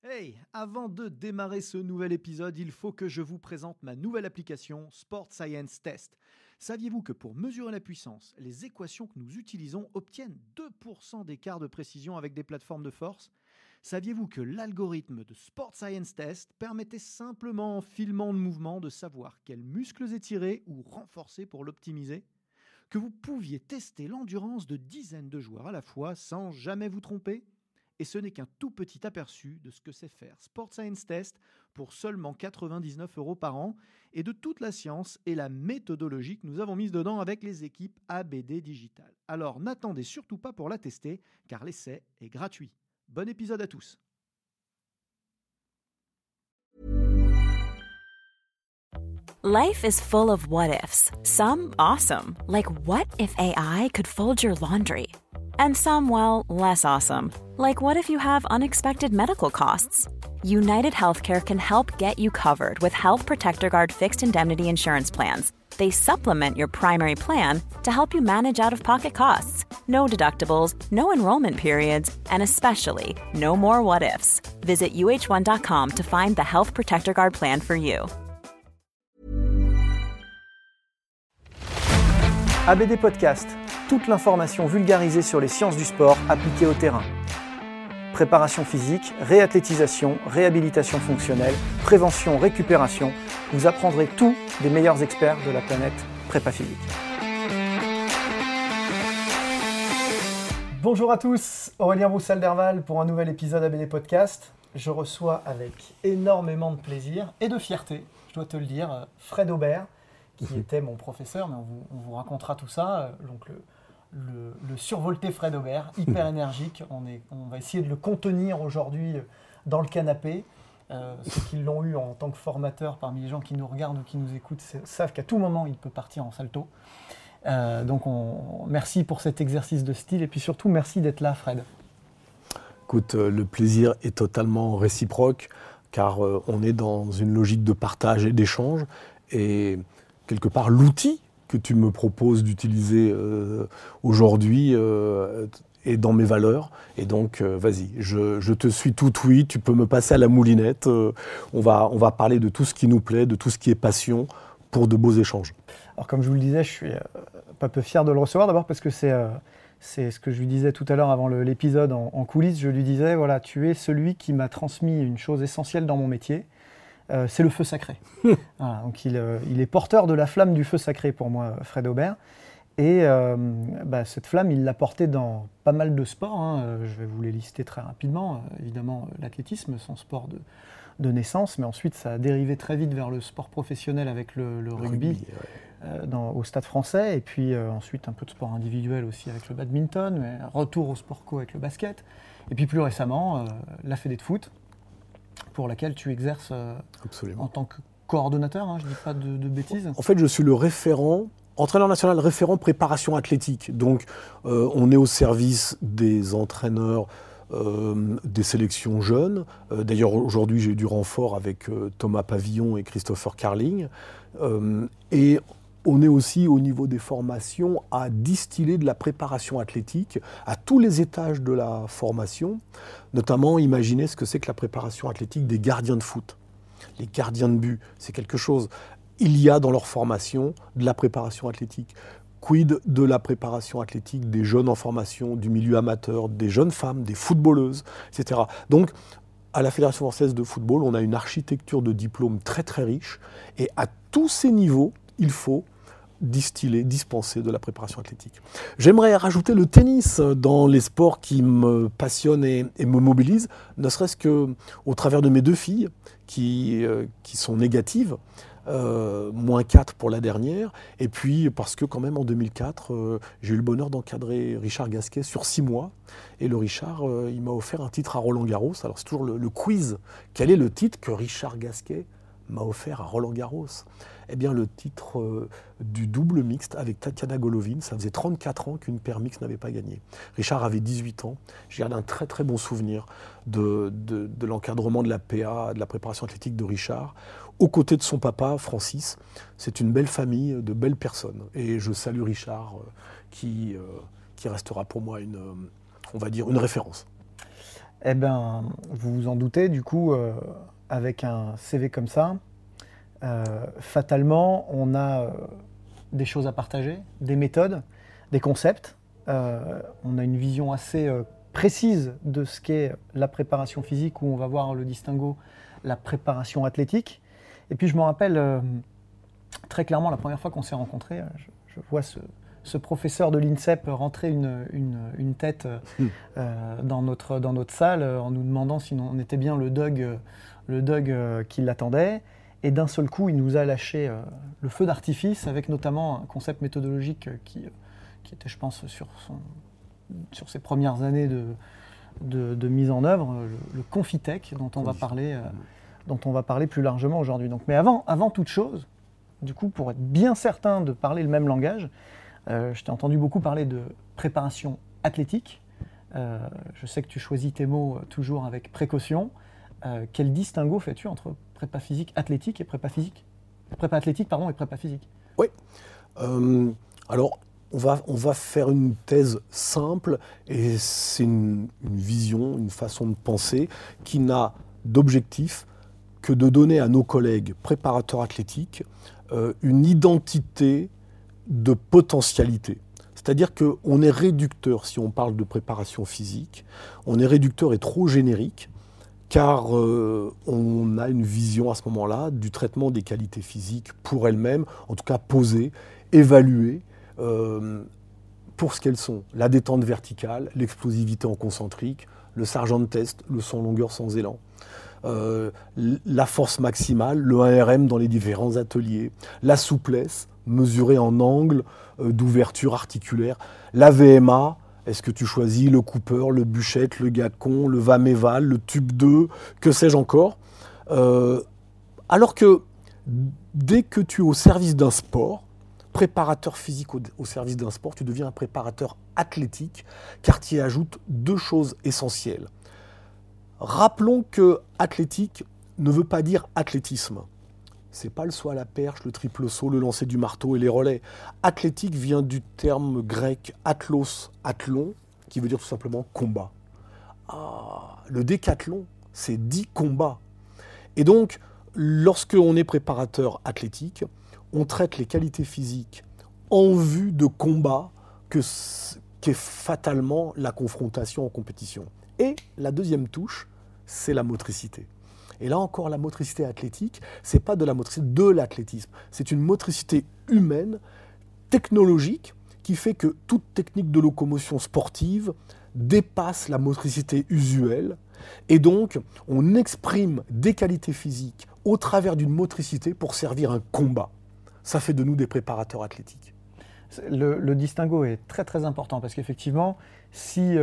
Hey, avant de démarrer ce nouvel épisode, il faut que je vous présente ma nouvelle application Sport Science Test. Saviez-vous que pour mesurer la puissance, les équations que nous utilisons obtiennent 2% d'écart de précision avec des plateformes de force ? Saviez-vous que l'algorithme de Sport Science Test permettait simplement en filmant le mouvement de savoir quels muscles étirer ou renforcer pour l'optimiser ? Que vous pouviez tester l'endurance de dizaines de joueurs à la fois sans jamais vous tromper ? Et ce n'est qu'un tout petit aperçu de ce que c'est faire Sport Science Test pour seulement 99 € par an et de toute la science et la méthodologie que nous avons mise dedans avec les équipes ABD Digital. Alors n'attendez surtout pas pour la tester car l'essai est gratuit. Bon épisode à tous. Life is full of what-ifs. Some awesome, like what if AI could fold your laundry? And some, well, less awesome, like what if you have unexpected medical costs? United Healthcare can help get you covered with Health Protector Guard fixed indemnity insurance plans. They supplement your primary plan to help you manage out-of-pocket costs. No deductibles, no enrollment periods, and especially no more what-ifs. Visit uh1.com to find the Health Protector Guard plan for you. ABD Podcast, toute l'information vulgarisée sur les sciences du sport appliquées au terrain. Préparation physique, réathlétisation, réhabilitation fonctionnelle, prévention, récupération, vous apprendrez tout des meilleurs experts de la planète prépa physique. Bonjour à tous, Aurélien Roussel-Derval pour un nouvel épisode ABD Podcast. Je reçois avec énormément de plaisir et de fierté, je dois te le dire, Fred Aubert, qui était mon professeur, mais on vous racontera tout ça. Donc le survolté Fred Aubert, hyper énergique. On va essayer de le contenir aujourd'hui dans le canapé. Ceux qui l'ont eu en tant que formateur parmi les gens qui nous regardent ou qui nous écoutent savent qu'à tout moment, il peut partir en salto. Donc merci pour cet exercice de style et puis surtout, merci d'être là, Fred. Écoute, le plaisir est totalement réciproque car on est dans une logique de partage et d'échange. Et quelque part, l'outil que tu me proposes d'utiliser aujourd'hui est dans mes valeurs. Et donc, vas-y, je te suis tout oui, tu peux me passer à la moulinette. On va parler de tout ce qui nous plaît, de tout ce qui est passion, pour de beaux échanges. Alors, comme je vous le disais, je suis pas peu fier de le recevoir, d'abord parce que c'est ce que je lui disais tout à l'heure avant l'épisode en coulisses. Je lui disais, voilà, tu es celui qui m'a transmis une chose essentielle dans mon métier. C'est le feu sacré. Voilà, donc il est porteur de la flamme du feu sacré pour moi, Fred Aubert. Et cette flamme, il l'a portée dans pas mal de sports. Je vais vous les lister très rapidement. Évidemment, l'athlétisme, son sport de naissance, mais ensuite ça a dérivé très vite vers le sport professionnel avec le rugby au Stade Français. Et puis ensuite un peu de sport individuel aussi avec le badminton, mais retour au sport co avec le basket. Et puis plus récemment, la fédé de foot, pour laquelle tu exerces en tant que coordonnateur, je ne dis pas de bêtises. En fait, je suis le référent, entraîneur national référent préparation athlétique. Donc, on est au service des entraîneurs des sélections jeunes. D'ailleurs, aujourd'hui, j'ai eu du renfort avec Thomas Pavillon et Christopher Carling. Et on est aussi au niveau des formations à distiller de la préparation athlétique à tous les étages de la formation, notamment imaginer ce que c'est que la préparation athlétique des gardiens de foot. Les gardiens de but, c'est quelque chose. Il y a dans leur formation de la préparation athlétique. Quid de la préparation athlétique des jeunes en formation, du milieu amateur, des jeunes femmes, des footballeuses, etc. Donc, à la Fédération française de football, on a une architecture de diplômes très très riche et à tous ces niveaux, il faut dispenser de la préparation athlétique. J'aimerais rajouter le tennis dans les sports qui me passionnent et me mobilisent, ne serait-ce qu'au travers de mes deux filles qui sont négatives, -4 pour la dernière, et puis parce que quand même en 2004, j'ai eu le bonheur d'encadrer Richard Gasquet sur 6 mois, et le Richard, il m'a offert un titre à Roland-Garros. Alors c'est toujours le quiz, quel est le titre que Richard Gasquet m'a offert à Roland-Garros? Eh bien, le titre du double mixte avec Tatiana Golovin, ça faisait 34 ans qu'une paire mixte n'avait pas gagné. Richard avait 18 ans. J'ai gardé un très très bon souvenir de l'encadrement de la PA, de la préparation athlétique de Richard, aux côtés de son papa, Francis. C'est une belle famille, de belles personnes. Et je salue Richard, qui restera pour moi une référence. Eh bien, vous vous en doutez, du coup, avec un CV comme ça, fatalement, on a des choses à partager, des méthodes, des concepts. On a une vision assez précise de ce qu'est la préparation physique, où on va voir le distinguo, la préparation athlétique. Et puis je me rappelle très clairement la première fois qu'on s'est rencontrés, je vois ce professeur de l'INSEP rentrer une tête dans notre salle en nous demandant si on était bien le dog qui l'attendait. Et d'un seul coup, il nous a lâché le feu d'artifice avec notamment un concept méthodologique qui était, je pense, sur ses premières années de mise en œuvre, le Confitech, dont on va parler plus largement aujourd'hui. Donc, mais avant toute chose, du coup, pour être bien certain de parler le même langage, je t'ai entendu beaucoup parler de préparation athlétique. Je sais que tu choisis tes mots toujours avec précaution. Quel distinguo fais-tu entre prépa physique athlétique et prépa athlétique et prépa physique? Oui. Alors, on va faire une thèse simple, et c'est une vision, une façon de penser qui n'a d'objectif que de donner à nos collègues préparateurs athlétiques une identité de potentialité. C'est-à-dire qu'on est réducteur, si on parle de préparation physique, on est réducteur et trop générique, car on a une vision à ce moment-là du traitement des qualités physiques pour elles-mêmes, en tout cas posées, évaluées, pour ce qu'elles sont. La détente verticale, l'explosivité en concentrique, le sergent test, le saut en longueur sans élan, la force maximale, le 1RM dans les différents ateliers, la souplesse mesurée en angle d'ouverture articulaire, la VMA. Est-ce que tu choisis le Cooper, le Buchette, le Gacon, le Vameval, le Tube 2, que sais-je encore, alors que dès que tu es au service d'un sport, préparateur physique au service d'un sport, tu deviens un préparateur athlétique, car tu y ajoutes deux choses essentielles. Rappelons que athlétique ne veut pas dire athlétisme. C'est pas le saut à la perche, le triple saut, le lancer du marteau et les relais. Athlétique vient du terme grec atlos, athlon, qui veut dire tout simplement combat. Le décathlon, c'est 10 combats. Et donc, lorsqu'on est préparateur athlétique, on traite les qualités physiques en vue de combat qu'est fatalement la confrontation en compétition. Et la deuxième touche, c'est la motricité. Et là encore, la motricité athlétique, c'est pas de la motricité de l'athlétisme, c'est une motricité humaine, technologique, qui fait que toute technique de locomotion sportive dépasse la motricité usuelle, et donc on exprime des qualités physiques au travers d'une motricité pour servir un combat. Ça fait de nous des préparateurs athlétiques. Le distinguo est très très important parce qu'effectivement, si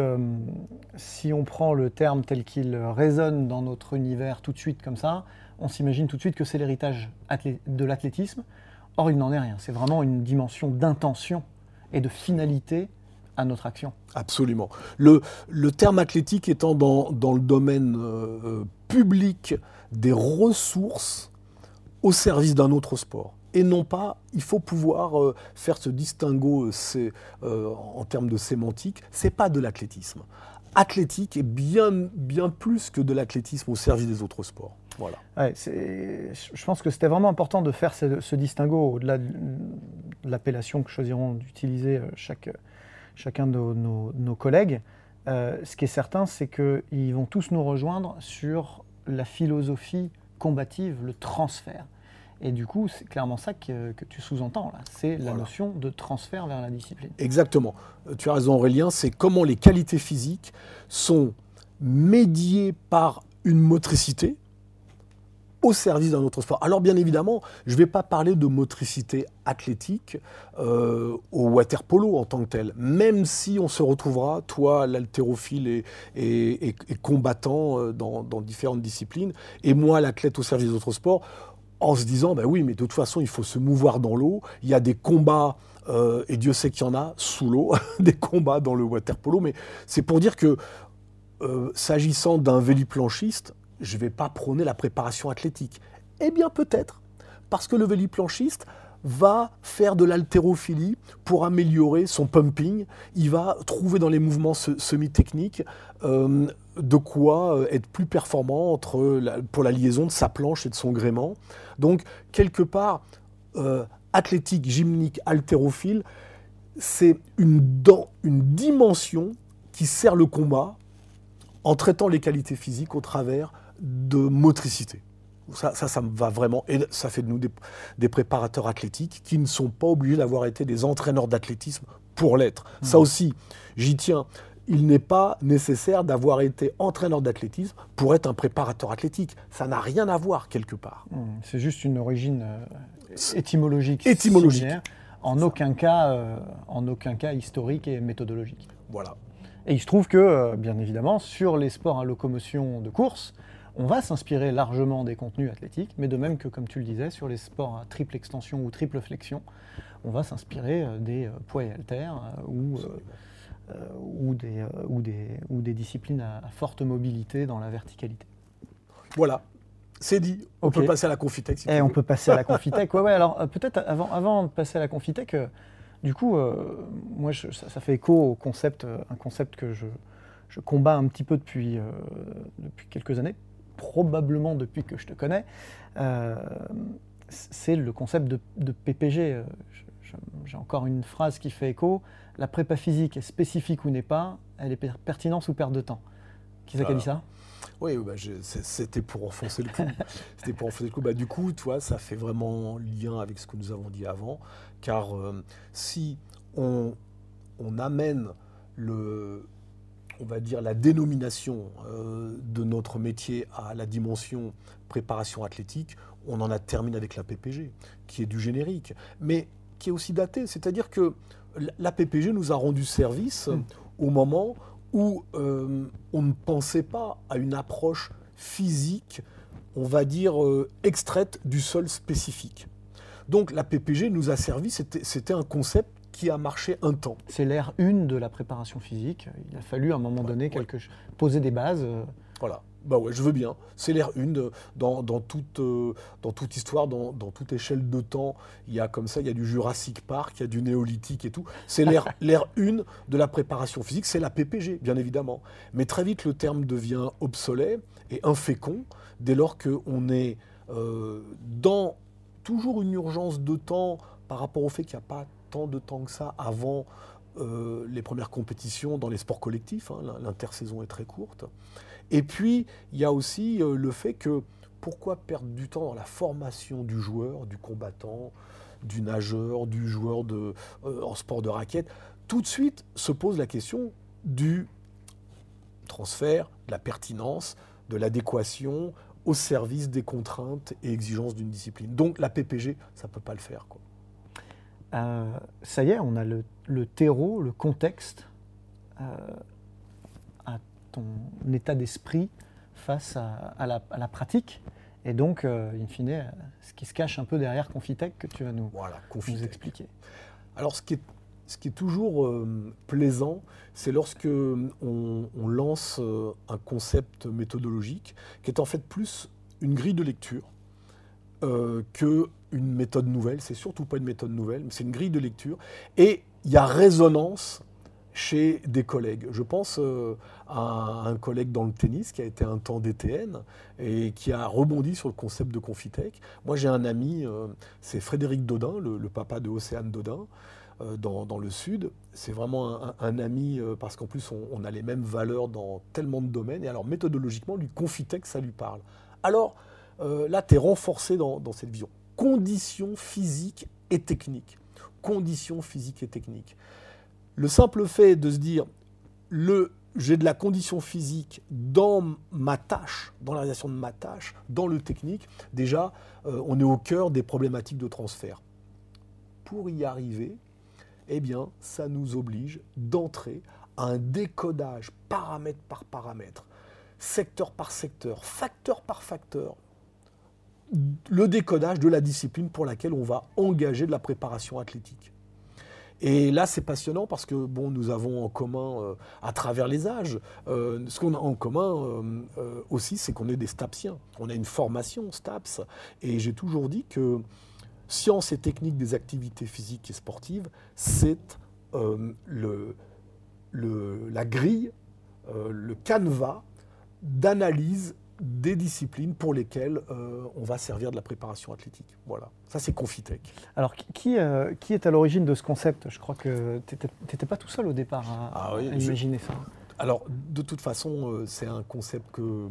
on prend le terme tel qu'il résonne dans notre univers tout de suite comme ça, on s'imagine tout de suite que c'est l'héritage de l'athlétisme. Or, il n'en est rien. C'est vraiment une dimension d'intention et de finalité à notre action. Absolument. Le terme athlétique étant dans le domaine public des ressources au service d'un autre sport. Et non pas, il faut pouvoir faire ce distinguo en termes de sémantique, c'est pas de l'athlétisme. Athlétique est bien plus que de l'athlétisme au service des autres sports. Voilà. Ouais, je pense que c'était vraiment important de faire ce distinguo au-delà de l'appellation que choisiront d'utiliser chacun de nos collègues. Ce qui est certain, c'est qu'ils vont tous nous rejoindre sur la philosophie combative, le transfert. Et du coup, c'est clairement ça que tu sous-entends, là. C'est la notion de transfert vers la discipline. Exactement. Tu as raison, Aurélien, c'est comment les qualités physiques sont médiées par une motricité au service d'un autre sport. Alors bien évidemment, je ne vais pas parler de motricité athlétique au water-polo en tant que tel, même si on se retrouvera, toi, l'haltérophile et combattant dans différentes disciplines, et moi, l'athlète au service des autres sports, en se disant, ben oui, mais de toute façon, il faut se mouvoir dans l'eau. Il y a des combats, et Dieu sait qu'il y en a sous l'eau, des combats dans le water-polo. Mais c'est pour dire que, s'agissant d'un véliplanchiste, je ne vais pas prôner la préparation athlétique. Eh bien, peut-être, parce que le véliplanchiste va faire de l'haltérophilie pour améliorer son pumping. Il va trouver dans les mouvements semi-techniques de quoi être plus performant pour la liaison de sa planche et de son gréement. Donc, quelque part, athlétique, gymnique, haltérophile, c'est une dimension qui sert le combat en traitant les qualités physiques au travers de motricité. Ça me va vraiment. Et ça fait de nous des préparateurs athlétiques qui ne sont pas obligés d'avoir été des entraîneurs d'athlétisme pour l'être. Ça aussi, j'y tiens. Il n'est pas nécessaire d'avoir été entraîneur d'athlétisme pour être un préparateur athlétique. Ça n'a rien à voir quelque part. C'est juste une origine étymologique. Étymologique. En aucun cas historique et méthodologique. Voilà. Et il se trouve que, bien évidemment, sur les sports à locomotion de course, on va s'inspirer largement des contenus athlétiques, mais de même que, comme tu le disais, sur les sports à triple extension ou triple flexion, on va s'inspirer des poids et haltères ou des disciplines à forte mobilité dans la verticalité. Voilà. C'est dit. On peut passer à la Confitech. Si on peut passer à la Confitech. Ouais. Alors peut-être avant de passer à la Confitech, du coup, moi, ça fait écho au concept, un concept que je combats un petit peu depuis quelques années, probablement depuis que je te connais. C'est le concept de PPG. J'ai encore une phrase qui fait écho. La prépa physique est spécifique ou n'est pas, elle est pertinence ou perte de temps. Qui c'est qui a dit ça ? Oui, c'était pour enfoncer le coup. Du coup, tu vois, ça fait vraiment lien avec ce que nous avons dit avant, car si on amène on va dire la dénomination de notre métier à la dimension préparation athlétique, on en a terminé avec la PPG, qui est du générique, mais qui est aussi datée. C'est-à-dire que la PPG nous a rendu service au moment où on ne pensait pas à une approche physique, on va dire, extraite du sol spécifique. Donc la PPG nous a servi, c'était un concept qui a marché un temps. C'est l'ère 1 de la préparation physique. Il a fallu à un moment donné poser des bases. Voilà. Je veux bien. C'est l'ère 1 dans toute histoire, dans toute échelle de temps. Il y a comme ça, il y a du Jurassic Park, il y a du Néolithique et tout. C'est l'ère 1 de la préparation physique, c'est la PPG, bien évidemment. Mais très vite, le terme devient obsolète et infécond dès lors qu'on est dans toujours une urgence de temps par rapport au fait qu'il n'y a pas tant de temps que ça avant les premières compétitions dans les sports collectifs. L'intersaison est très courte. Et puis, il y a aussi le fait que pourquoi perdre du temps dans la formation du joueur, du combattant, du nageur, du joueur en sport de raquette. Tout de suite se pose la question du transfert, de la pertinence, de l'adéquation au service des contraintes et exigences d'une discipline. Donc la PPG, ça ne peut pas le faire, quoi. Ça y est, on a le terreau, le contexte à ton état d'esprit face à la pratique. Et donc, in fine, ce qui se cache un peu derrière Confitech que tu vas nous expliquer. Alors, ce qui est toujours plaisant, c'est lorsque on lance un concept méthodologique qui est en fait plus une grille de lecture qu'une méthode nouvelle. C'est surtout pas une méthode nouvelle, mais c'est une grille de lecture. Et il y a résonance chez des collègues. Je pense à un collègue dans le tennis qui a été un temps DTN et qui a rebondi sur le concept de Confitech. Moi, j'ai un ami, c'est Frédéric Dodin, le papa de Océane Dodin, dans le Sud. C'est vraiment un ami parce qu'en plus, on a les mêmes valeurs dans tellement de domaines. Et alors, méthodologiquement, lui, Confitech, ça lui parle. Alors, là, tu es renforcé dans cette vision. Conditions physiques et techniques. Conditions physiques et techniques. Le simple fait de se dire, j'ai de la condition physique dans ma tâche, dans la réalisation de ma tâche, dans le technique, déjà, on est au cœur des problématiques de transfert. Pour y arriver, eh bien, ça nous oblige d'entrer à un décodage paramètre par paramètre, secteur par secteur, facteur par facteur, le décodage de la discipline pour laquelle on va engager de la préparation athlétique. Et là, c'est passionnant parce que nous avons en commun, à travers les âges, ce qu'on a en commun aussi, c'est qu'on est des STAPsiens. On a une formation STAPS. Et j'ai toujours dit que sciences et techniques des activités physiques et sportives, c'est la grille, le canevas d'analyse des disciplines pour lesquelles on va servir de la préparation athlétique. Voilà, ça c'est Confitech. Alors, qui est à l'origine de ce concept? Je crois que tu n'étais pas tout seul au départ à imaginer ça. Alors, de toute façon, c'est un concept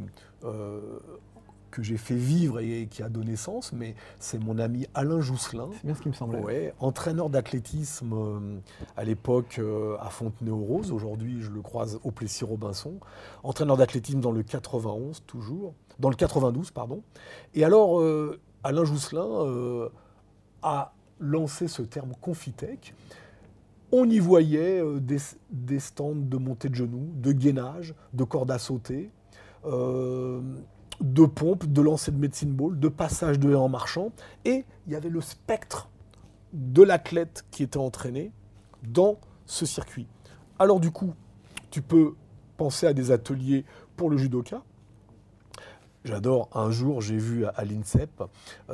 que j'ai fait vivre et qui a donné sens, mais c'est mon ami Alain Jousselin. C'est bien ce qui me semblait. Ouais, entraîneur d'athlétisme à l'époque à Fontenay-aux-Roses. Aujourd'hui, je le croise au Plessis-Robinson. Entraîneur d'athlétisme dans le 91, toujours. Dans le 92, pardon. Et alors, Alain Jousselin a lancé ce terme Confitech. On y voyait des stands de montée de genoux, de gainage, de corde à sauter, de pompe, de lancer de medicine ball, de passage de haie en marchant. Et il y avait le spectre de l'athlète qui était entraîné dans ce circuit. Alors du coup, tu peux penser à des ateliers pour le judoka. J'adore, un jour j'ai vu à l'INSEP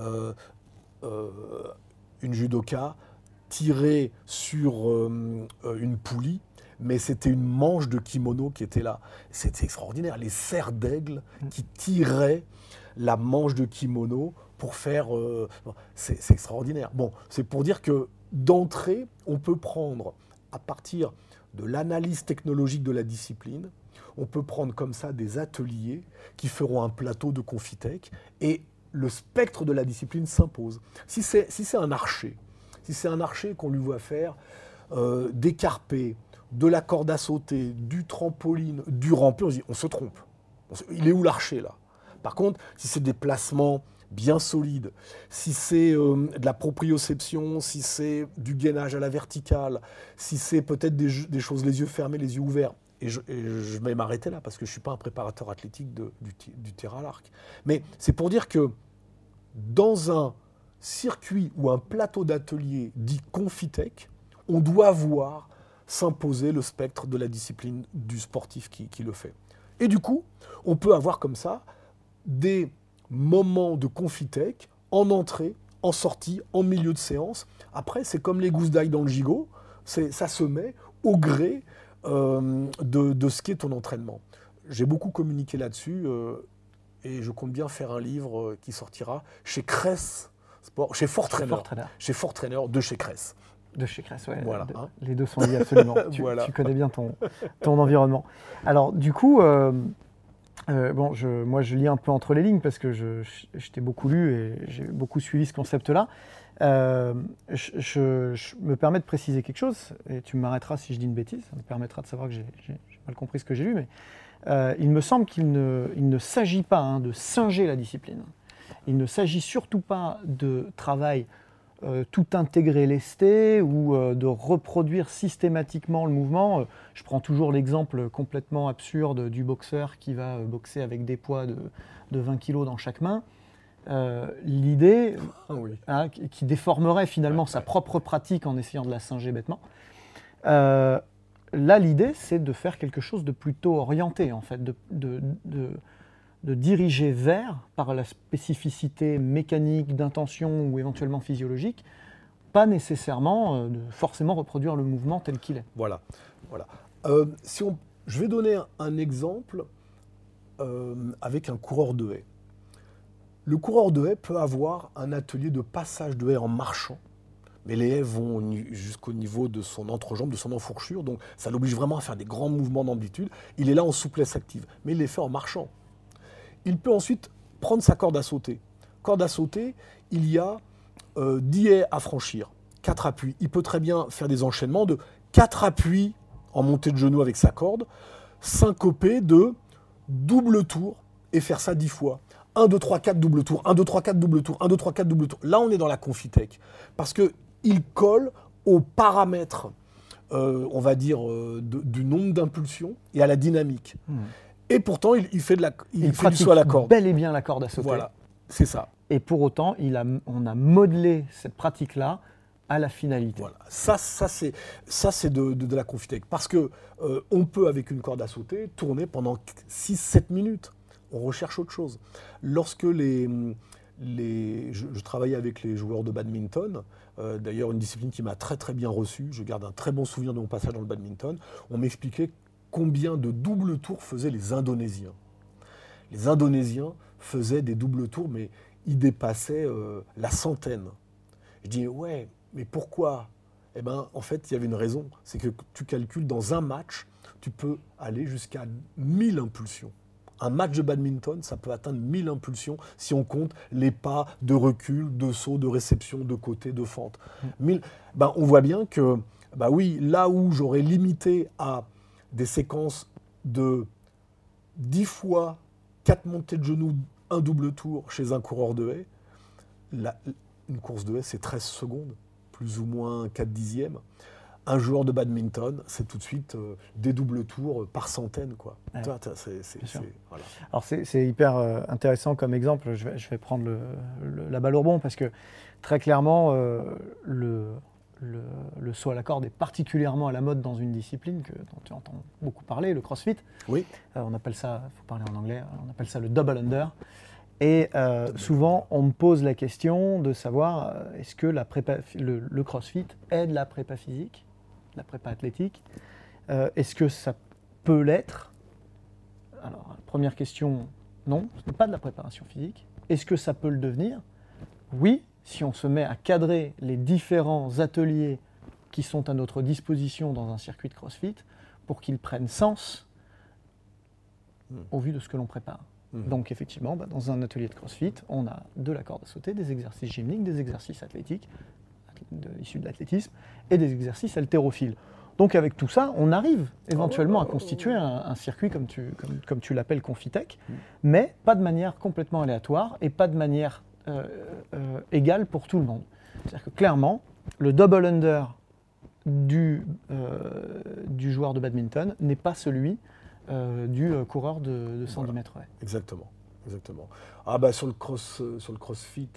une judoka tirer sur une poulie, mais c'était une manche de kimono qui était là. C'était extraordinaire, les serres d'aigle qui tiraient la manche de kimono pour faire... c'est extraordinaire. Bon, c'est pour dire que d'entrée, on peut prendre, à partir de l'analyse technologique de la discipline, on peut prendre comme ça des ateliers qui feront un plateau de Confitech et le spectre de la discipline s'impose. Si c'est un archer, qu'on lui voit faire des carpés, de la corde à sauter, du trampoline, du rampé, on se dit, on se trompe. Il est où l'archer là? Par contre, si c'est des placements bien solides, si c'est de la proprioception, si c'est du gainage à la verticale, si c'est peut-être des choses les yeux fermés, les yeux ouverts, et je vais m'arrêter là parce que je ne suis pas un préparateur athlétique du tir à l'arc. Mais c'est pour dire que dans un circuit ou un plateau d'atelier dit Confitech, on doit voir s'imposer le spectre de la discipline du sportif qui le fait. Et du coup, on peut avoir comme ça des moments de Confitech en entrée, en sortie, en milieu de séance. Après, c'est comme les gousses d'ail dans le gigot, ça se met au gré de ce qu'est ton entraînement. J'ai beaucoup communiqué là-dessus et je compte bien faire un livre qui sortira chez Cress Sport, chez Fort Trainer de chez Cress. De chez Cress, ouais. Voilà, les deux sont liés absolument. Voilà. Tu connais bien ton environnement. Alors, du coup, moi, je lis un peu entre les lignes parce que je t'ai beaucoup lu et j'ai beaucoup suivi ce concept-là. Je me permets de préciser quelque chose, et tu m'arrêteras si je dis une bêtise, ça me permettra de savoir que j'ai mal compris ce que j'ai lu, mais il me semble qu'il ne s'agit pas de singer la discipline. Il ne s'agit surtout pas de travail tout intégrer lesté ou de reproduire systématiquement le mouvement. Je prends toujours l'exemple complètement absurde du boxeur qui va boxer avec des poids de 20 kg dans chaque main. L'idée qui déformerait finalement sa propre pratique en essayant de la singer bêtement. Là, l'idée, c'est de faire quelque chose de plutôt orienté, en fait, de diriger vers, par la spécificité mécanique, d'intention ou éventuellement physiologique, pas nécessairement de forcément reproduire le mouvement tel qu'il est. Voilà. Je vais donner un exemple avec un coureur de haie. Le coureur de haie peut avoir un atelier de passage de haie en marchant, mais les haies vont jusqu'au niveau de son entrejambe, de son enfourchure, donc ça l'oblige vraiment à faire des grands mouvements d'amplitude. Il est là en souplesse active, mais il les fait en marchant. Il peut ensuite prendre sa corde à sauter. Corde à sauter, il y a 10 haies à franchir, 4 appuis. Il peut très bien faire des enchaînements de 4 appuis en montée de genoux avec sa corde, syncoper de double tour et faire ça 10 fois. 1, 2, 3, 4, double tour, 1, 2, 3, 4, double tour, 1, 2, 3, 4, double tour. Là, on est dans la Confitech. Parce qu'il colle aux paramètres, on va dire, du nombre d'impulsions et à la dynamique. Et pourtant, il fait du saut à la corde. Bel et bien la corde à sauter. Voilà, c'est ça. Et pour autant, on a modelé cette pratique-là à la finalité. Voilà, ça c'est de la Confitech. Parce qu'on peut, avec une corde à sauter, tourner pendant 6-7 minutes. On recherche autre chose. Lorsque les je travaillais avec les joueurs de badminton, d'ailleurs une discipline qui m'a très très bien reçu, je garde un très bon souvenir de mon passage dans le badminton. On m'expliquait combien de doubles tours faisaient les Indonésiens. Les Indonésiens faisaient des doubles tours, mais ils dépassaient la centaine. Je dis, ouais, mais pourquoi ? Eh bien, en fait, il y avait une raison, c'est que tu calcules dans un match, tu peux aller jusqu'à 1000 impulsions. Un match de badminton, ça peut atteindre 1000 impulsions si on compte les pas de recul, de saut, de réception, de côté, de fente. 1000, on voit bien que, oui, là où j'aurais limité à des séquences de 10 fois 4 montées de genoux, un double tour chez un coureur de haie, une course de haie, c'est 13 secondes, plus ou moins 4 dixièmes. Un joueur de badminton, c'est tout de suite des doubles tours par centaines, quoi. Ouais. Voilà. Alors c'est hyper intéressant comme exemple. Je vais prendre la balle au rebond parce que très clairement, le saut à la corde est particulièrement à la mode dans une discipline dont tu entends beaucoup parler, le crossfit. Oui. On appelle ça, il faut parler en anglais, on appelle ça le double under. Et souvent, on me pose la question de savoir est-ce que le crossfit aide la prépa physique, la prépa athlétique. Est-ce que ça peut l'être ? Alors, première question, non, ce n'est pas de la préparation physique. Est-ce que ça peut le devenir ? Oui, si on se met à cadrer les différents ateliers qui sont à notre disposition dans un circuit de CrossFit pour qu'ils prennent sens au vu de ce que l'on prépare. Donc effectivement, dans un atelier de CrossFit, on a de la corde à sauter, des exercices gymniques, des exercices athlétiques, issus de l'athlétisme, et des exercices haltérophiles. Donc avec tout ça, on arrive éventuellement à constituer un circuit comme tu l'appelles Confitech, mais pas de manière complètement aléatoire et pas de manière égale pour tout le monde. C'est-à-dire que clairement, le double under du joueur de badminton n'est pas celui du coureur de 110 mètres. Ouais. Exactement. Sur le CrossFit,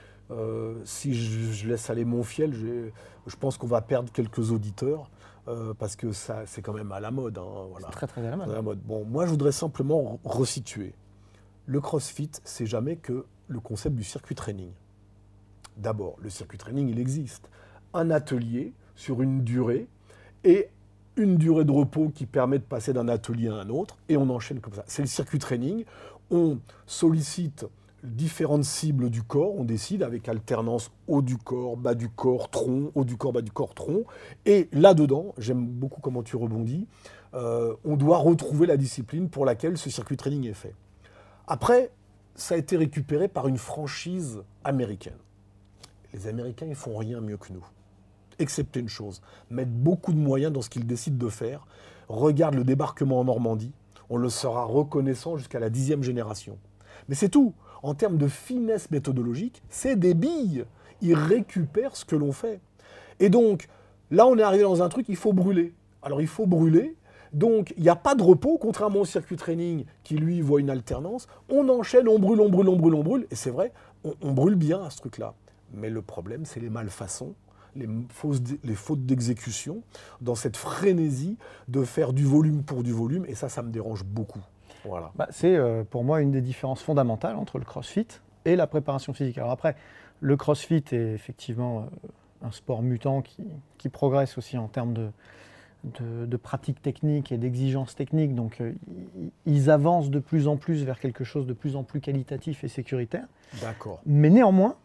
si je laisse aller mon fiel, je pense qu'on va perdre quelques auditeurs parce que ça, c'est quand même à la mode. Voilà. C'est très très à la mode. Bon, moi, je voudrais simplement resituer. Le CrossFit, c'est jamais que le concept du circuit training. D'abord, le circuit training, il existe. Un atelier sur une durée et une durée de repos qui permet de passer d'un atelier à un autre, et on enchaîne comme ça. C'est le circuit training. On sollicite différentes cibles du corps, on décide avec alternance haut du corps, bas du corps, tronc, haut du corps, bas du corps, tronc. Et là-dedans, j'aime beaucoup comment tu rebondis, on doit retrouver la discipline pour laquelle ce circuit training est fait. Après, ça a été récupéré par une franchise américaine. Les Américains, ils font rien mieux que nous. Excepté une chose, mettre beaucoup de moyens dans ce qu'ils décident de faire. Regarde le débarquement en Normandie, on le sera reconnaissant jusqu'à la 10e génération. Mais c'est tout. En termes de finesse méthodologique, c'est des billes. Ils récupèrent ce que l'on fait. Et donc, là, on est arrivé dans un truc, il faut brûler. Alors, il faut brûler. Donc, il n'y a pas de repos, contrairement au circuit training qui, lui, voit une alternance. On enchaîne, on brûle. Et c'est vrai, on brûle bien à ce truc-là. Mais le problème, c'est les malfaçons, les fautes d'exécution, dans cette frénésie de faire du volume pour du volume, et ça me dérange beaucoup. Voilà. C'est pour moi une des différences fondamentales entre le CrossFit et la préparation physique. Alors après, le CrossFit est effectivement un sport mutant qui progresse aussi en termes de pratique technique et d'exigence technique, donc ils avancent de plus en plus vers quelque chose de plus en plus qualitatif et sécuritaire. D'accord. Mais néanmoins,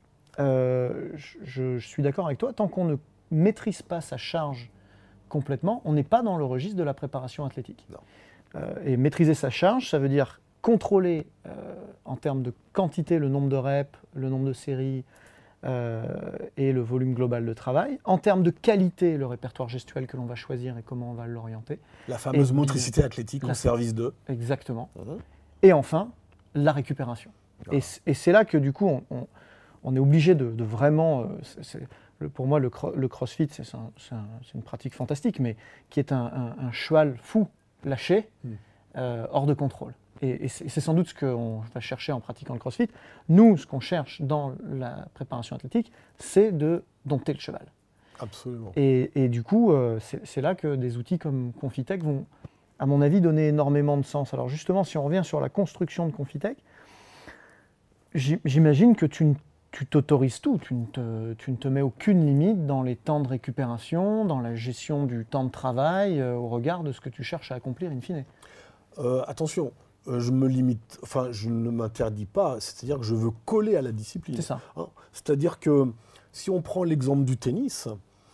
je suis d'accord avec toi, tant qu'on ne maîtrise pas sa charge complètement, on n'est pas dans le registre de la préparation athlétique. Non. Et maîtriser sa charge, ça veut dire contrôler en termes de quantité le nombre de reps, le nombre de séries et le volume global de travail. En termes de qualité, le répertoire gestuel que l'on va choisir et comment on va l'orienter. La fameuse motricité athlétique en service de. Exactement. Et enfin, la récupération. Et c'est là que du coup, on est obligé de vraiment... pour moi, le CrossFit, c'est une pratique fantastique, mais qui est un cheval fou, lâché, hors de contrôle. Et c'est sans doute ce qu'on va chercher en pratiquant le CrossFit. Nous, ce qu'on cherche dans la préparation athlétique, c'est de dompter le cheval. Absolument. Et du coup, c'est là que des outils comme Confitech vont, à mon avis, donner énormément de sens. Alors justement, si on revient sur la construction de Confitech, j'imagine que tu t'autorises tout, tu ne te mets aucune limite dans les temps de récupération, dans la gestion du temps de travail, au regard de ce que tu cherches à accomplir in fine. Attention, je ne m'interdis pas, c'est-à-dire que je veux coller à la discipline. C'est ça. Hein, c'est-à-dire que si on prend l'exemple du tennis,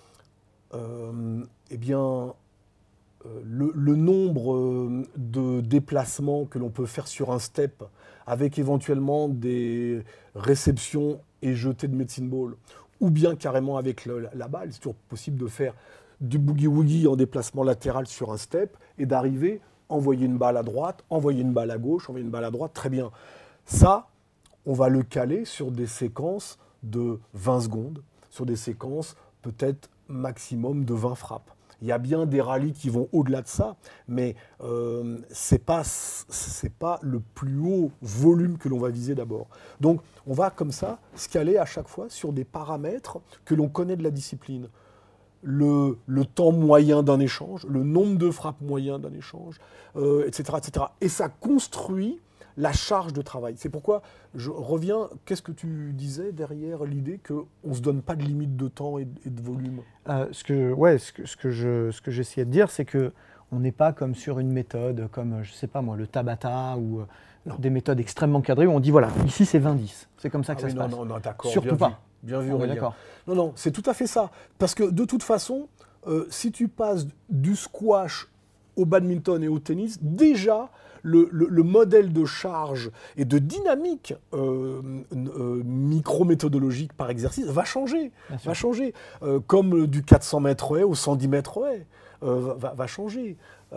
eh bien, le nombre de déplacements que l'on peut faire sur un step, avec éventuellement des réceptions et jetés de medicine ball, ou bien carrément avec la balle, c'est toujours possible de faire du boogie-woogie en déplacement latéral sur un step et d'arriver, envoyer une balle à droite, envoyer une balle à gauche, envoyer une balle à droite, très bien. Ça, on va le caler sur des séquences de 20 secondes, sur des séquences peut-être maximum de 20 frappes. Il y a bien des rallyes qui vont au-delà de ça, mais c'est pas le plus haut volume que l'on va viser d'abord. Donc, on va comme ça se caler à chaque fois sur des paramètres que l'on connaît de la discipline. Le temps moyen d'un échange, le nombre de frappes moyen d'un échange, etc., etc. Et ça construit la charge de travail. C'est pourquoi je reviens, qu'est-ce que tu disais derrière l'idée qu'on ne se donne pas de limite de temps et de volume ? Ce que j'essayais de dire, c'est qu'on n'est pas comme sur une méthode, comme, je ne sais pas moi, le Tabata ou des méthodes extrêmement cadrées, où on dit voilà, ici c'est 20-10. C'est comme ça que ça se passe. Non, d'accord. Surtout pas. Bien vu, on est Aurélien. d'accord. Non, c'est tout à fait ça. Parce que de toute façon, si tu passes du squash au badminton et au tennis, déjà, le modèle de charge et de dynamique micro-méthodologique par exercice va changer. Comme du 400 mètres haies au 110 mètres haies va changer.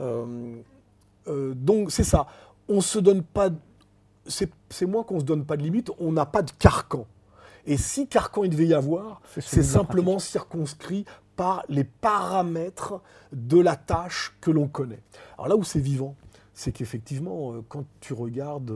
Donc c'est ça. On se donne pas. C'est moins qu'on se donne pas de limite. On n'a pas de carcan. Et si carcan il devait y avoir, c'est simplement circonscrit par les paramètres de la tâche que l'on connaît. Alors là où c'est vivant, c'est qu'effectivement, quand tu regardes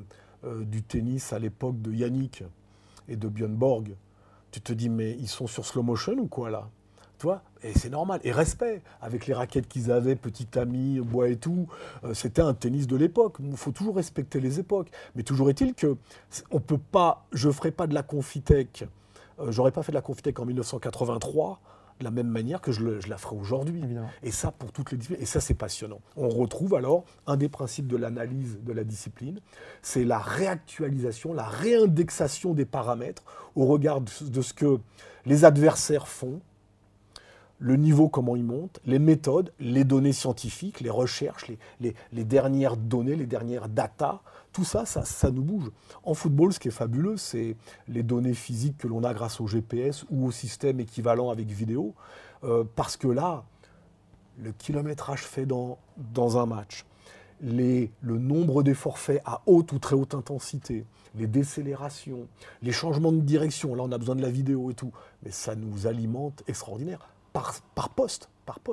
du tennis à l'époque de Yannick et de Björn Borg, tu te dis, mais ils sont sur slow motion ou quoi là ? Tu vois ? Et c'est normal. Et respect, avec les raquettes qu'ils avaient, petit ami, bois et tout, c'était un tennis de l'époque. Il faut toujours respecter les époques. Mais toujours est-il que on peut pas, je ne ferai pas de la Confitech, j'aurais pas fait de la Confitech en 1983, de la même manière que je la ferai aujourd'hui. Évidemment. Et ça, pour toutes les disciplines. Et ça, c'est passionnant. On retrouve alors un des principes de l'analyse de la discipline, c'est la réactualisation, la réindexation des paramètres au regard de ce que les adversaires font, le niveau, comment il monte, les méthodes, les données scientifiques, les recherches, les dernières données, les dernières datas, tout ça, ça nous bouge. En football, ce qui est fabuleux, c'est les données physiques que l'on a grâce au GPS ou au système équivalent avec vidéo, parce que là, le kilométrage fait dans un match, le nombre des forfaits à haute ou très haute intensité, les décélérations, les changements de direction, là on a besoin de la vidéo et tout, mais ça nous alimente extraordinaire. Par poste.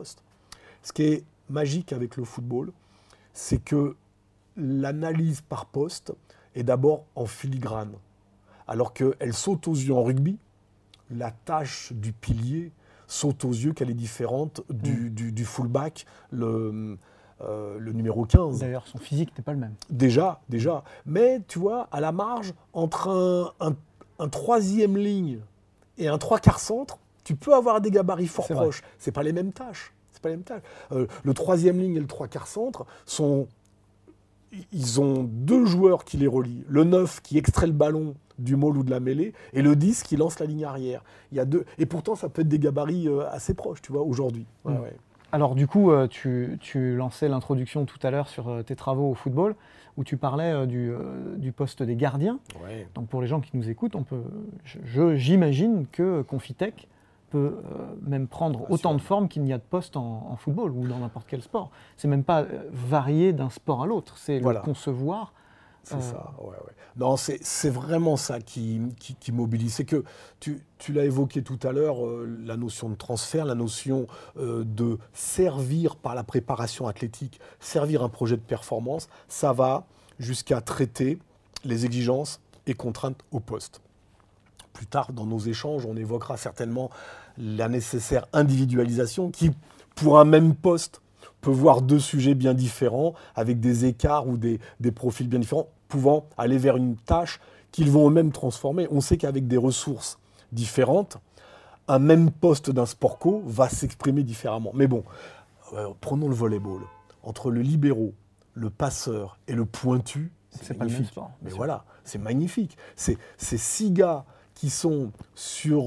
Ce qui est magique avec le football, c'est que l'analyse par poste est d'abord en filigrane. Alors qu'elle saute aux yeux en rugby, la tâche du pilier saute aux yeux qu'elle est différente du fullback, le numéro 15. D'ailleurs, son physique n'est pas le même. Déjà. Mais tu vois, à la marge, entre un troisième ligne et un trois quarts centre, tu peux avoir des gabarits fort proches. C'est pas les mêmes tâches. Le troisième ligne et le trois quarts centre ils ont deux joueurs qui les relient. Le 9 qui extrait le ballon du maul ou de la mêlée et le 10 qui lance la ligne arrière. Il y a deux. Et pourtant, ça peut être des gabarits assez proches, tu vois, aujourd'hui. Ouais. Alors du coup, tu lançais l'introduction tout à l'heure sur tes travaux au football, où tu parlais du poste des gardiens. Ouais. Donc pour les gens qui nous écoutent, j'imagine que Confitech peut même prendre autant de formes qu'il n'y a de postes en football ou dans n'importe quel sport. C'est même pas varié d'un sport à l'autre, c'est le concevoir. C'est ça, ouais. Non, c'est vraiment ça qui mobilise. C'est que, tu l'as évoqué tout à l'heure, la notion de transfert, la notion de servir par la préparation athlétique, servir un projet de performance, ça va jusqu'à traiter les exigences et contraintes au poste. Plus tard, dans nos échanges, on évoquera certainement la nécessaire individualisation qui, pour un même poste, peut voir deux sujets bien différents, avec des écarts ou des profils bien différents, pouvant aller vers une tâche qu'ils vont eux-mêmes transformer. On sait qu'avec des ressources différentes, un même poste d'un sport co va s'exprimer différemment. Mais bon, prenons le volleyball. Entre le libéro, le passeur et le pointu, c'est pas le même magnifique. sport. Mais voilà, c'est magnifique. C'est 6 gars qui sont sur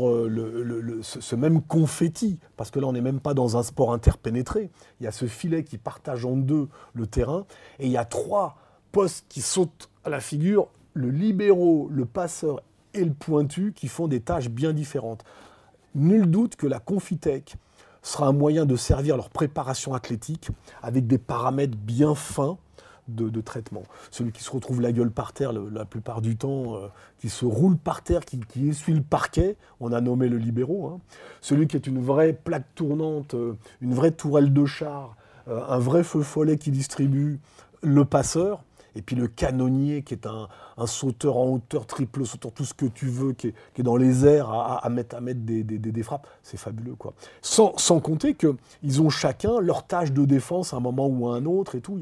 ce même confetti, parce que là, on n'est même pas dans un sport interpénétré. Il y a ce filet qui partage en deux le terrain, et il y a 3 postes qui sautent à la figure, le libéro, le passeur et le pointu, qui font des tâches bien différentes. Nul doute que la Confitech sera un moyen de servir leur préparation athlétique avec des paramètres bien fins de traitement. Celui qui se retrouve la gueule par terre la plupart du temps, qui se roule par terre, qui essuie le parquet, on a nommé le libéro. Hein. Celui qui est une vraie plaque tournante, une vraie tourelle de char, un vrai feu follet qui distribue, le passeur. Et puis le canonnier qui est un sauteur en hauteur, triple sauteur, tout ce que tu veux, qui est dans les airs à mettre des frappes. C'est fabuleux, quoi. Sans compter qu'ils ont chacun leur tâche de défense à un moment ou à un autre et tout.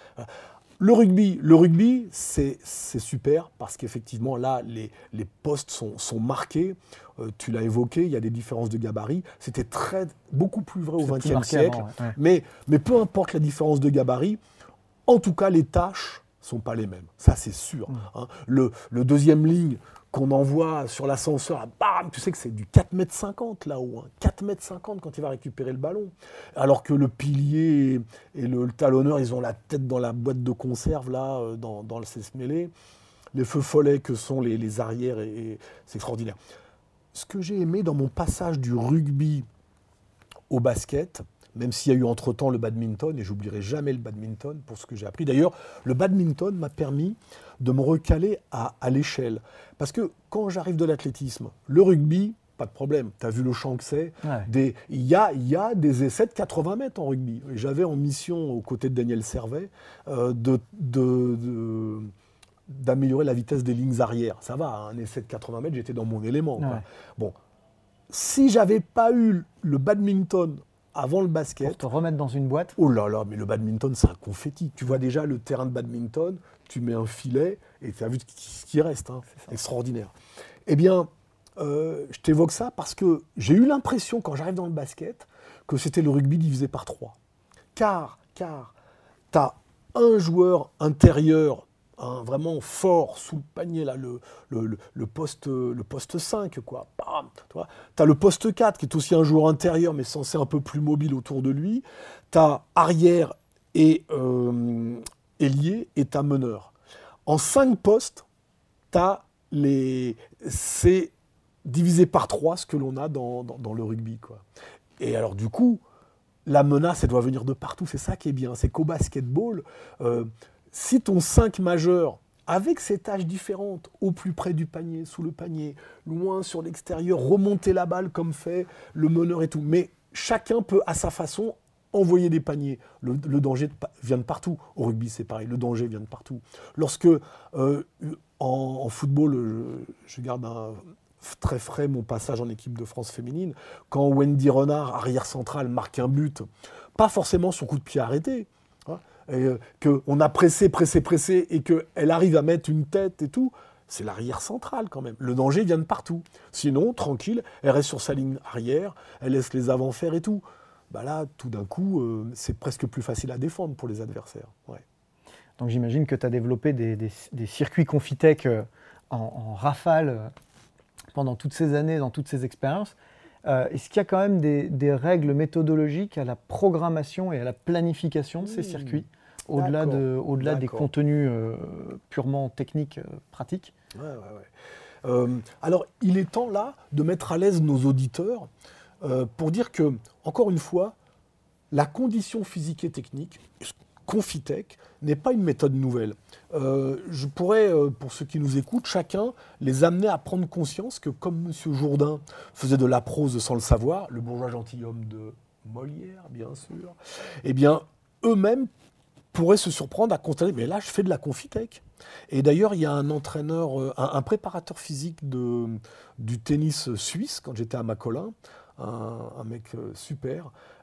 Le rugby, c'est super parce qu'effectivement, là, les postes sont marqués. Tu l'as évoqué, il y a des différences de gabarit. C'était beaucoup plus vrai au XXe siècle. Avant, ouais. Mais peu importe la différence de gabarit, en tout cas, les tâches sont pas les mêmes. Ça, c'est sûr. Hein. Le deuxième ligne qu'on envoie sur l'ascenseur, bam, tu sais que c'est du 4,50 m là-haut. Hein. 4,50 m quand il va récupérer le ballon. Alors que le pilier et le talonneur, ils ont la tête dans la boîte de conserve, là, dans le cesse-mêlée. Les feux follets que sont les arrières, c'est extraordinaire. Ce que j'ai aimé dans mon passage du rugby au basket, même s'il y a eu entre-temps le badminton, et j'oublierai jamais le badminton pour ce que j'ai appris. D'ailleurs, le badminton m'a permis de me recaler à l'échelle. Parce que quand j'arrive de l'athlétisme, le rugby, pas de problème, tu as vu le champ que c'est. Ouais. Il y a des essais de 80 mètres en rugby. Et j'avais en mission, aux côtés de Daniel Servet, d'améliorer la vitesse des lignes arrière. Ça va, un essai de 80 mètres, j'étais dans mon élément. Ouais. Quoi. Bon, si j'avais pas eu le badminton avant le basket... Pour te remettre dans une boîte. Oh là là, mais le badminton, c'est un confetti. Tu vois déjà le terrain de badminton, tu mets un filet et tu as vu ce qui reste. Hein. Extraordinaire. Eh bien, je t'évoque ça parce que j'ai eu l'impression, quand j'arrive dans le basket, que c'était le rugby divisé par 3. Car tu as un joueur intérieur, vraiment fort sous le panier, là, le poste 5, quoi. Tu as le poste 4 qui est aussi un joueur intérieur mais censé un peu plus mobile autour de lui. Tu as arrière et ailier et tu as meneur. En 5 postes, c'est divisé par 3 ce que l'on a dans le rugby, quoi. Et alors du coup, la menace, elle doit venir de partout. C'est ça qui est bien. C'est qu'au basketball... si ton 5 majeur, avec ses tâches différentes, au plus près du panier, sous le panier, loin sur l'extérieur, remonter la balle comme fait le meneur et tout, mais chacun peut à sa façon envoyer des paniers. Le danger vient de partout. Au rugby, c'est pareil, le danger vient de partout. Lorsque, en football, je garde très frais mon passage en équipe de France féminine, quand Wendy Renard, arrière centrale, marque un but, pas forcément son coup de pied arrêté, qu'on a pressé, et qu'elle arrive à mettre une tête et tout, c'est l'arrière central quand même. Le danger vient de partout. Sinon, tranquille, elle reste sur sa ligne arrière, elle laisse les avants faire et tout. Bah là, tout d'un coup, c'est presque plus facile à défendre pour les adversaires. Ouais. Donc j'imagine que tu as développé des circuits Confitech en rafale pendant toutes ces années, dans toutes ces expériences. Est-ce qu'il y a quand même des règles méthodologiques à la programmation et à la planification de ces circuits, au-delà des contenus purement techniques, pratiques ? Ouais. Alors, il est temps là de mettre à l'aise nos auditeurs pour dire que, encore une fois, la condition physique et technique, Confitech, n'est pas une méthode nouvelle. Je pourrais, pour ceux qui nous écoutent, chacun les amener à prendre conscience que, comme M. Jourdain faisait de la prose sans le savoir, le bourgeois gentilhomme de Molière, bien sûr, eh bien, eux-mêmes pourraient se surprendre à constater, mais là, je fais de la Confitech. Et d'ailleurs, il y a un entraîneur, un préparateur physique du tennis suisse, quand j'étais à Macolin, un mec super,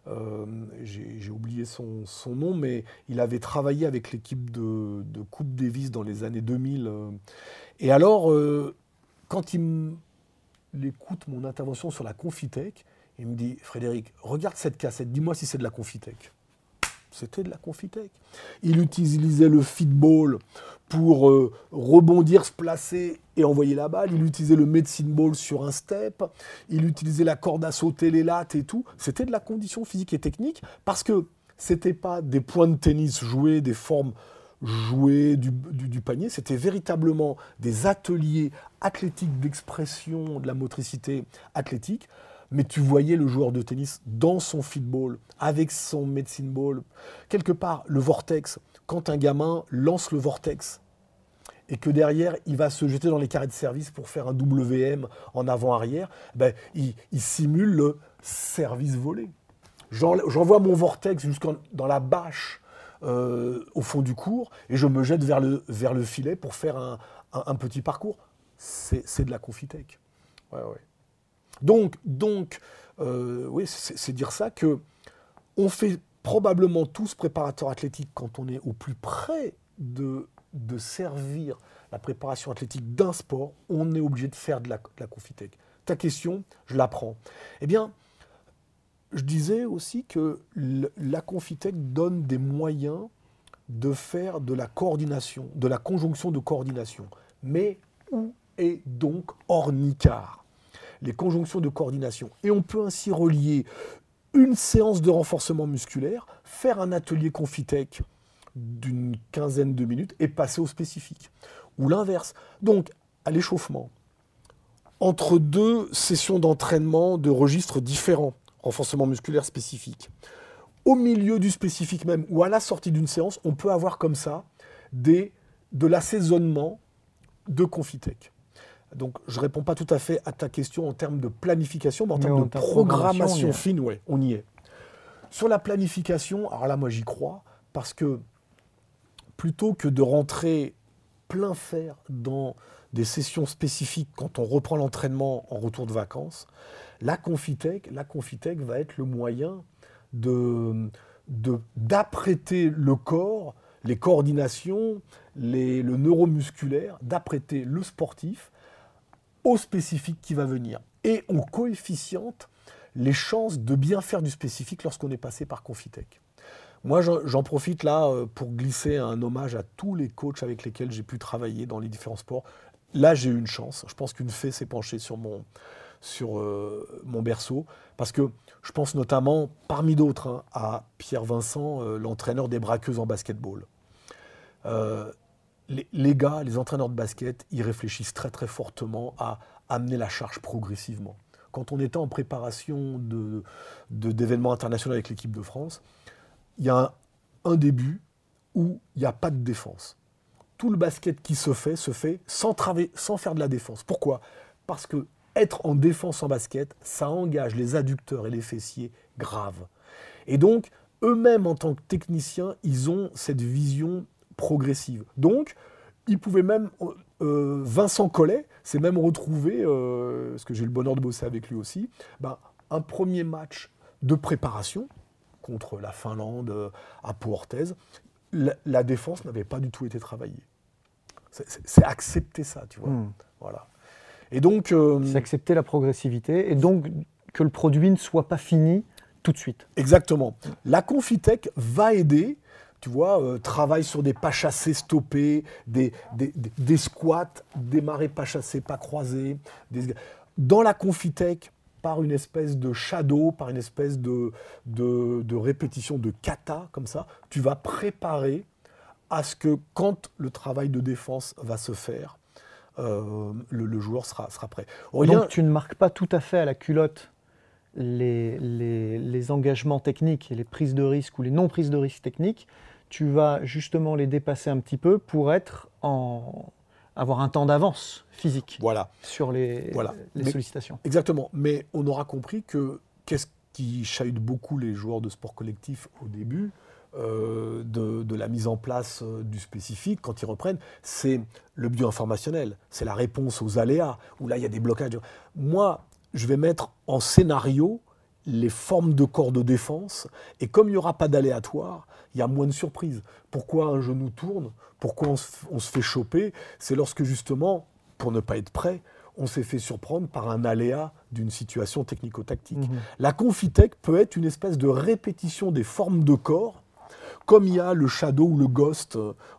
j'ai oublié son nom, mais il avait travaillé avec l'équipe de Coupe Davis dans les années 2000. Et alors, quand il écoute mon intervention sur la Confitech, il me dit « Frédéric, regarde cette cassette, dis-moi si c'est de la Confitech ». C'était de la Confitech. Il utilisait le feedball pour rebondir, se placer et envoyer la balle. Il utilisait le medicine ball sur un step. Il utilisait la corde à sauter, les lattes et tout. C'était de la condition physique et technique parce que c'était pas des points de tennis joués, des formes jouées du panier. C'était véritablement des ateliers athlétiques d'expression de la motricité athlétique. Mais tu voyais le joueur de tennis dans son feedball, avec son medicine ball. Quelque part, le vortex, quand un gamin lance le vortex et que derrière, il va se jeter dans les carrés de service pour faire un WM en avant-arrière, ben, il simule le service volé. J'envoie mon vortex dans la bâche au fond du court et je me jette vers le filet pour faire un petit parcours. C'est de la Confitech. Ouais. Donc, oui, c'est dire ça que on fait probablement tous préparateurs athlétiques quand on est au plus près de servir la préparation athlétique d'un sport, on est obligé de faire de la Confitech. Ta question, je la prends. Eh bien, je disais aussi que la Confitech donne des moyens de faire de la coordination, de la conjonction de coordination. Mais où est donc Ornicar ? Les conjonctions de coordination. Et on peut ainsi relier une séance de renforcement musculaire, faire un atelier Confitech d'une quinzaine de minutes et passer au spécifique. Ou l'inverse. Donc, à l'échauffement, entre deux sessions d'entraînement de registres différents, renforcement musculaire spécifique, au milieu du spécifique même, ou à la sortie d'une séance, on peut avoir comme ça de l'assaisonnement de Confitech. Donc, je ne réponds pas tout à fait à ta question en termes de planification, mais en termes de programmation fine, ouais, on y est. Sur la planification, alors là, moi, j'y crois, parce que plutôt que de rentrer plein fer dans des sessions spécifiques quand on reprend l'entraînement en retour de vacances, la Confitech va être le moyen d'apprêter le corps, les coordinations, le neuromusculaire, d'apprêter le sportif au spécifique qui va venir. Et on coefficiente les chances de bien faire du spécifique lorsqu'on est passé par Confitech. Moi, j'en profite là pour glisser un hommage à tous les coachs avec lesquels j'ai pu travailler dans les différents sports. Là, j'ai eu une chance. Je pense qu'une fée s'est penchée sur mon berceau, parce que je pense notamment, parmi d'autres, à Pierre Vincent, l'entraîneur des braqueuses en basketball. Les gars, les entraîneurs de basket, ils réfléchissent très très fortement à amener la charge progressivement. Quand on était en préparation d'événements internationaux avec l'équipe de France, il y a un début où il n'y a pas de défense. Tout le basket qui se fait sans faire de la défense. Pourquoi ? Parce que être en défense en basket, ça engage les adducteurs et les fessiers graves. Et donc, eux-mêmes en tant que techniciens, ils ont cette vision progressive. Donc, il pouvait même, Vincent Collet s'est même retrouvé, parce que j'ai le bonheur de bosser avec lui aussi, un premier match de préparation contre la Finlande à Pau-Orthez. La défense n'avait pas du tout été travaillée. C'est accepter ça, tu vois. Voilà. Et donc, c'est accepter la progressivité et donc que le produit ne soit pas fini tout de suite. Exactement. La Confitech va aider. Tu vois, travaille sur des pas chassés stoppés, des squats, démarrer pas chassés, pas croisés. Dans la Confitech, par une espèce de shadow, par une espèce de répétition de kata, comme ça, tu vas préparer à ce que quand le travail de défense va se faire, le joueur sera prêt. Aurélien, donc tu ne marques pas tout à fait à la culotte les engagements techniques et les prises de risque ou les non-prises de risque techniques. Tu vas justement les dépasser un petit peu pour avoir un temps d'avance physique sur les sollicitations. Exactement. Mais on aura compris que qu'est-ce qui chahute beaucoup les joueurs de sport collectif au début de la mise en place du spécifique, quand ils reprennent, c'est le bio-informationnel, c'est la réponse aux aléas, où là il y a des blocages. Moi, je vais mettre en scénario les formes de corps de défense. Et comme il n'y aura pas d'aléatoire, il y a moins de surprises. Pourquoi un genou tourne ? Pourquoi on se fait choper ? C'est lorsque justement, pour ne pas être prêt, on s'est fait surprendre par un aléa d'une situation technico-tactique. La Confitech peut être une espèce de répétition des formes de corps, comme il y a le shadow ou le ghost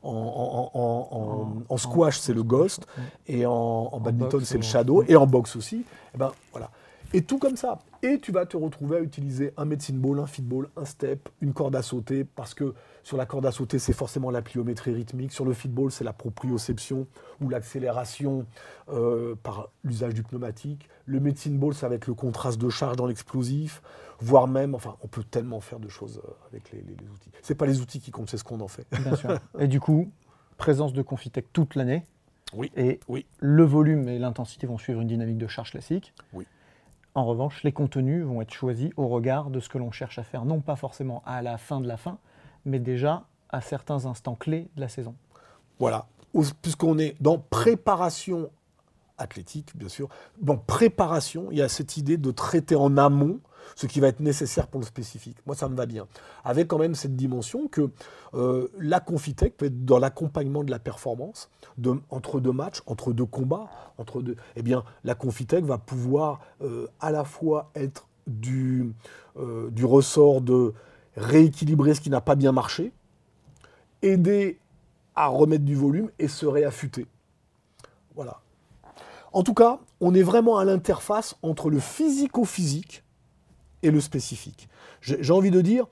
en squash, c'est le ghost, et en badminton, c'est le shadow, et en boxe aussi. Et ben, voilà. Et tout comme ça. Et tu vas te retrouver à utiliser un medicine ball, un feed ball, un step, une corde à sauter, parce que sur la corde à sauter, c'est forcément la pliométrie rythmique. Sur le feed ball, c'est la proprioception ou l'accélération par l'usage du pneumatique. Le medicine ball, ça va être le contraste de charge dans l'explosif, voire même, enfin, on peut tellement faire de choses avec les outils. C'est pas les outils qui comptent, c'est ce qu'on en fait. Bien sûr. Et du coup, présence de Confitech toute l'année. Oui. Et oui. Le volume et l'intensité vont suivre une dynamique de charge classique. Oui. En revanche, les contenus vont être choisis au regard de ce que l'on cherche à faire, non pas forcément à la fin de la fin, mais déjà à certains instants clés de la saison. Voilà, puisqu'on est dans préparation athlétique, bien sûr. Dans préparation, il y a cette idée de traiter en amont ce qui va être nécessaire pour le spécifique. Moi, ça me va bien. Avec quand même cette dimension que la Confitech peut être dans l'accompagnement de la performance, entre deux matchs, entre deux combats, eh bien, la Confitech va pouvoir à la fois être du ressort de rééquilibrer ce qui n'a pas bien marché, aider à remettre du volume et se réaffûter. Voilà. En tout cas, on est vraiment à l'interface entre le physico-physique et le spécifique. J'ai envie de dire,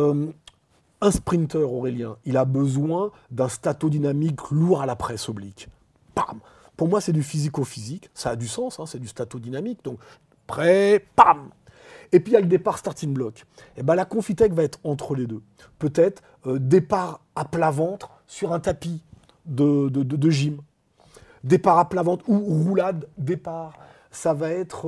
un sprinter, Aurélien, il a besoin d'un statodynamique lourd à la presse oblique. Pam ! Pour moi, c'est du physico-physique. Ça a du sens, hein, c'est du statodynamique. Donc, prêt, pam ! Et puis, il y a le départ starting block. Et ben, la Confitech va être entre les deux. Peut-être départ à plat ventre sur un tapis de gym. Départ à plat ventre ou roulade départ. Ça va être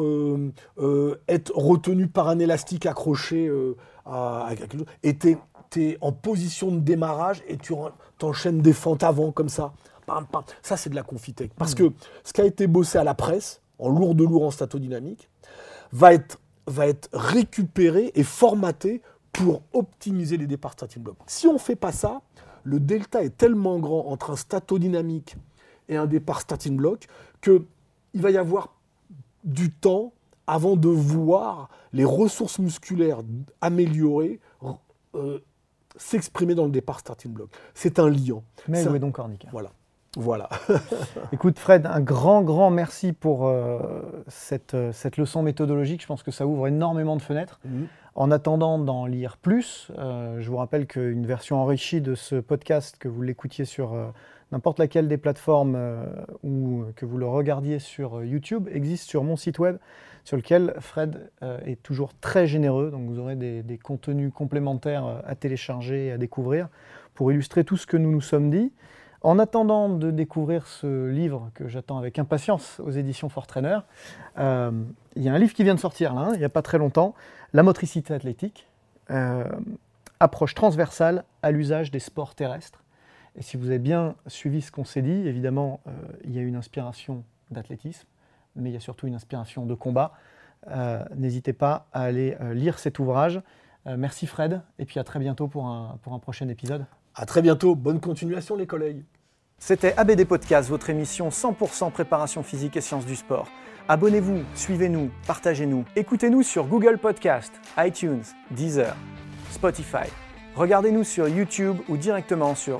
retenu par un élastique accroché à quelque chose. Et tu es en position de démarrage et tu t'enchaînes des fentes avant comme ça. Pam, pam. Ça, c'est de la Confitech. Parce que ce qui a été bossé à la presse, en lourd de lourd en statodynamique, va être récupéré et formaté pour optimiser les départs starting block. Si on ne fait pas ça, le delta est tellement grand entre un statodynamique et un départ starting block qu'il va y avoir du temps avant de voir les ressources musculaires améliorées s'exprimer dans le départ starting block. C'est un liant. Mais où est donc Ornica ? Voilà. Écoute Fred, un grand merci pour cette leçon méthodologique. Je pense que ça ouvre énormément de fenêtres. En attendant d'en lire plus, je vous rappelle qu'une version enrichie de ce podcast, que vous l'écoutiez sur n'importe laquelle des plateformes ou que vous le regardiez sur YouTube, existe sur mon site web, sur lequel Fred est toujours très généreux. Donc vous aurez des contenus complémentaires à télécharger et à découvrir pour illustrer tout ce que nous nous sommes dit. En attendant de découvrir ce livre que j'attends avec impatience aux éditions Fort Trainer, il y a un livre qui vient de sortir là, il n'y a pas très longtemps, La motricité athlétique, approche transversale à l'usage des sports terrestres. Et si vous avez bien suivi ce qu'on s'est dit, évidemment, il y a une inspiration d'athlétisme, mais il y a surtout une inspiration de combat. N'hésitez pas à aller lire cet ouvrage. Merci Fred, et puis à très bientôt pour un prochain épisode. À très bientôt, bonne continuation les collègues. C'était ABD Podcast, votre émission 100% préparation physique et sciences du sport. Abonnez-vous, suivez-nous, partagez-nous. Écoutez-nous sur Google Podcast, iTunes, Deezer, Spotify. Regardez-nous sur YouTube ou directement sur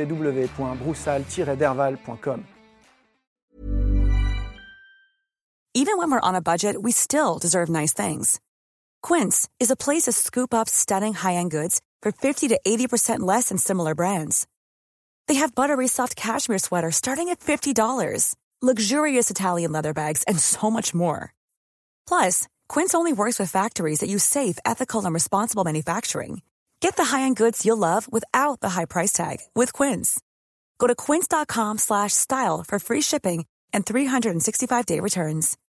www.broussal-derval.com. Even when we're on a budget, we still deserve nice things. Quince is a place to scoop up stunning high-end goods for 50 to 80% less than similar brands. They have buttery soft cashmere sweaters starting at $50, luxurious Italian leather bags, and so much more. Plus, Quince only works with factories that use safe, ethical, and responsible manufacturing. Get the high-end goods you'll love without the high price tag with Quince. Go to quince.com/style for free shipping and 365-day returns.